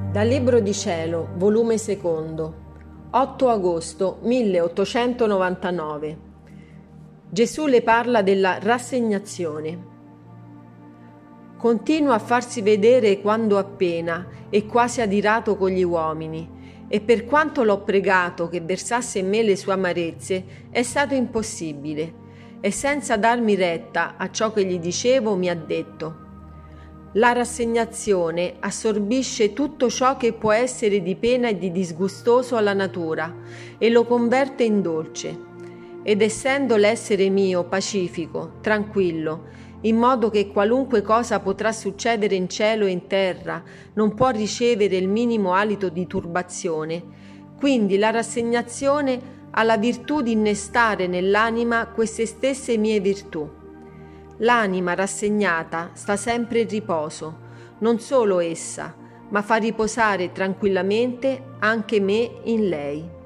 Dal Libro di Cielo, volume 2, 8 agosto 1899. Gesù le parla della rassegnazione. Continua a farsi vedere quando appena e quasi adirato con gli uomini, e per quanto l'ho pregato che versasse in me le sue amarezze, è stato impossibile, e senza darmi retta a ciò che gli dicevo mi ha detto: la rassegnazione assorbisce tutto ciò che può essere di pena e di disgustoso alla natura e lo converte in dolce. Ed essendo l'essere mio pacifico, tranquillo, in modo che qualunque cosa potrà succedere in cielo e in terra non può ricevere il minimo alito di turbazione, quindi la rassegnazione ha la virtù di innestare nell'anima queste stesse mie virtù. L'anima rassegnata sta sempre in riposo, non solo essa, ma fa riposare tranquillamente anche me in lei.